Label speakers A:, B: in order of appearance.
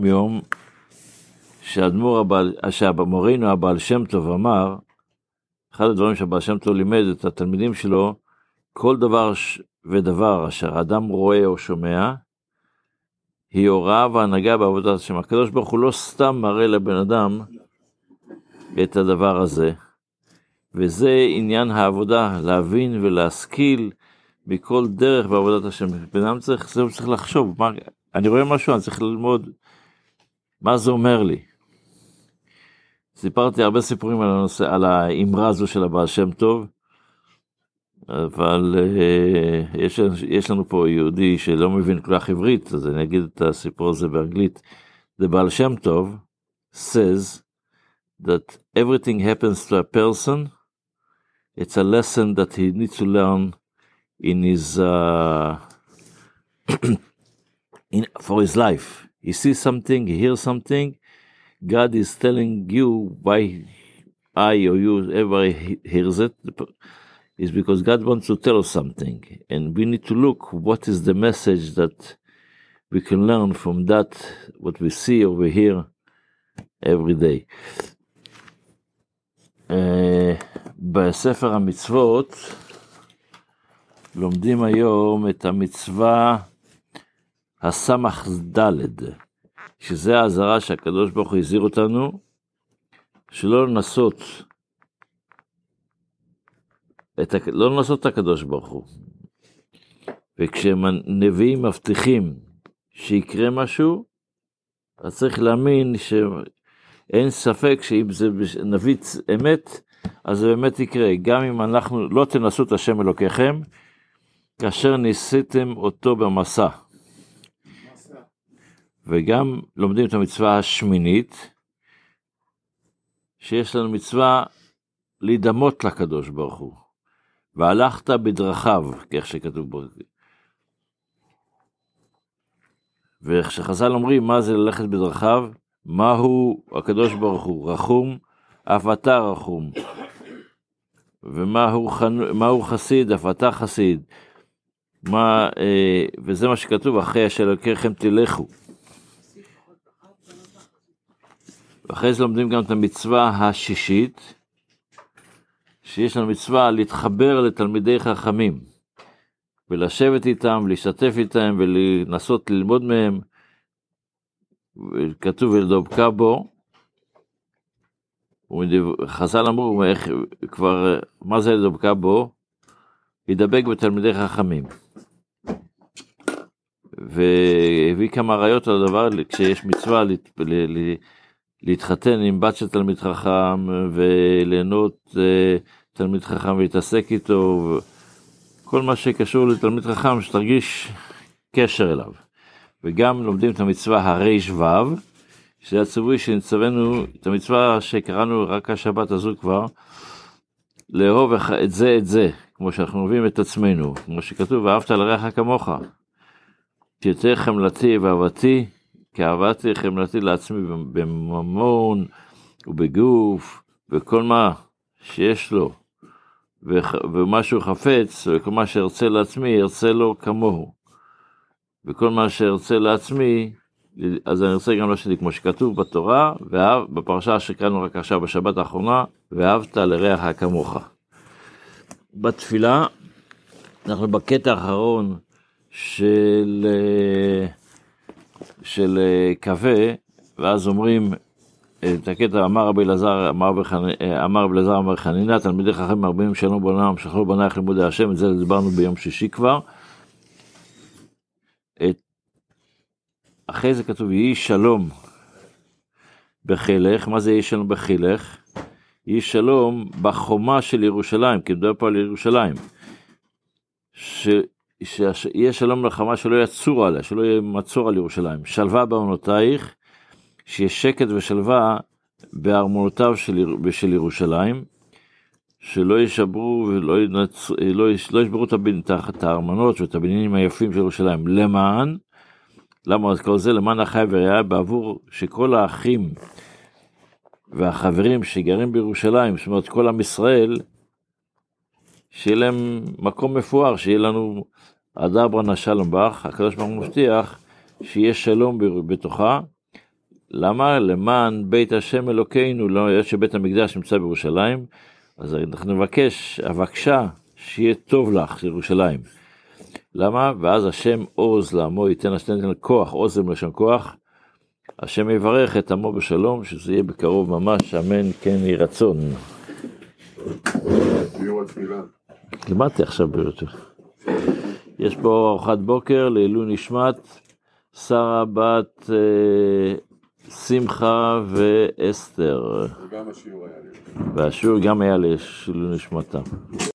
A: יום שהמורנו הבעל שם טוב אמר, אחד הדברים שהבעל שם טוב לימד את התלמידים שלו, כל דבר ודבר אשר האדם רואה או שומע, היא הוראה והנהגה בעבודת השם. הקדוש ברוך הוא לא סתם מראה לבן אדם את הדבר הזה, וזה עניין העבודה, להבין ולהשכיל מכל דרך בעבודת השם. בן אדם צריך לחשוב, אני רואה משהו, אני צריך ללמוד מה זה אומר לי. סיפרתי הרבה סיפורים על הנושא, על האמרה הזו של הבעל שם טוב, אבל יש לנו פה יהודי שלא מבין כל כך עברית, אז אני אגיד את הסיפור הזה באנגלית. The בעל שם טוב says that everything happens to a person, it's a lesson that he needs to learn in his for his life. He sees something, he hears something, God is telling you why I or you, everybody hears it, is because God wants to tell us something, and we need to look what is the message that we can learn from that, what we see over here every day. בספר המצוות לומדים היום את המצווה הסמך דלת, שזה העזרה שהקדוש ברוך הוא הזהיר אותנו, שלא לנסות את הקדוש ברוך הוא. וכשנביאים מבטיחים שיקרה משהו, אז צריך להאמין שאין ספק שאם זה נביא אמת, אז זה באמת יקרה. גם אם אנחנו לא תנסו את השם אלוקיכם, כאשר ניסיתם אותו במסע. וגם לומדים את המצווה השמינית, שיש לנו מצווה להידמות לקדוש ברוך הוא. והלכת בדרכיו, כך שכתוב בו. וכשחז"ל אומרים מה זה ללכת בדרכיו, מהו הקדוש ברוך הוא? רחום, אף אתה רחום. ומהו חסיד, אף אתה חסיד. וזה מה שכתוב, אחרי אשר אלוקיכם תלכו. ואחרי זה לומדים גם את המצווה השישית, שיש לנו מצווה להתחבר לתלמידי חכמים, ולשבת איתם, להשתתף איתם, ולנסות ללמוד מהם. כתוב ולדבקה בו, חז"ל אמרו, כבר, מה זה לדבקה בו? להידבק בתלמידי חכמים. והביא כמה ראיות על הדבר, כשיש מצווה להתחתן עם בת של תלמיד חכם, וליהנות תלמיד חכם ולהתעסק איתו, כל מה שקשור לתלמיד חכם, שתרגיש קשר אליו. וגם לומדים את המצווה הריש וו, שזה הציווי שנצווינו, את המצווה שקראנו רק השבת הזו כבר, לאהוב את זה, כמו שאנחנו אוהבים את עצמנו, כמו שכתוב, ואהבת לרעך כמוך. שתהיה חמלתי ואהבתי, כי אהבתי חמלתי לעצמי בממון ובגוף, וכל מה שיש לו, ומה שהוא חפץ, וכל מה שארצה לעצמי, ירצה לו כמוהו. וכל מה שארצה לעצמי, אז אני רוצה גם לשני, כמו שכתוב בתורה, בפרשה שקראנו רק עכשיו בשבת האחרונה, ואהבת לרעך כמוך. בתפילה, אנחנו בקטע האחרון של קווה, ואז אומרים את הקטע, אמר רבי אלעזר, אמר חנינא, תלמידי חכמים 40 שנה בעולם, שכלו בנייך לימודי השם, את זה דיברנו ביום שישי כבר. אחרי זה כתוב, יהי שלום בחילך. מה זה יהי שלום בחילך? יהי שלום בחומה של ירושלים, כי מדבר פה על ירושלים. שיהיה שלום לחמה שלא יצור עליה, שלא יהיה מצור על ירושלים. שלווה בארמונותייך, שיהיה שקט ושלווה בארמונותיו של ירושלים, שלא ישברו ולא ישברו את הארמונות ואת הבניינים היפים של ירושלים. למה אז כל זה? למען החי ורעיה, בעבור שכל האחים והחברים שגרים בירושלים, זאת אומרת כל עם ישראל, שיהיה להם מקום מפואר, שיהיה לנו אדר ברנה שלום בך, הקדוש ברוך הוא מבטיח שיהיה שלום בתוכה, למה? למען בית השם אלוקינו, לא יש שבית המקדש נמצא בירושלים, אז אנחנו נבקש, אבקשה שיהיה טוב לך ירושלים. למה? ואז השם עוז לעמו, ייתן השם כוח, עוז מלשון כוח, השם יברך את עמו בשלום, שזה יהיה בקרוב ממש, אמן כן יהי רצון. למדתי עכשיו ביותר. יש פה ארוחת בוקר לעילוי נשמת שרה בת שמחה ואסתר. וגם השיעור היה לי. והשיעור גם היה לעילוי נשמתם.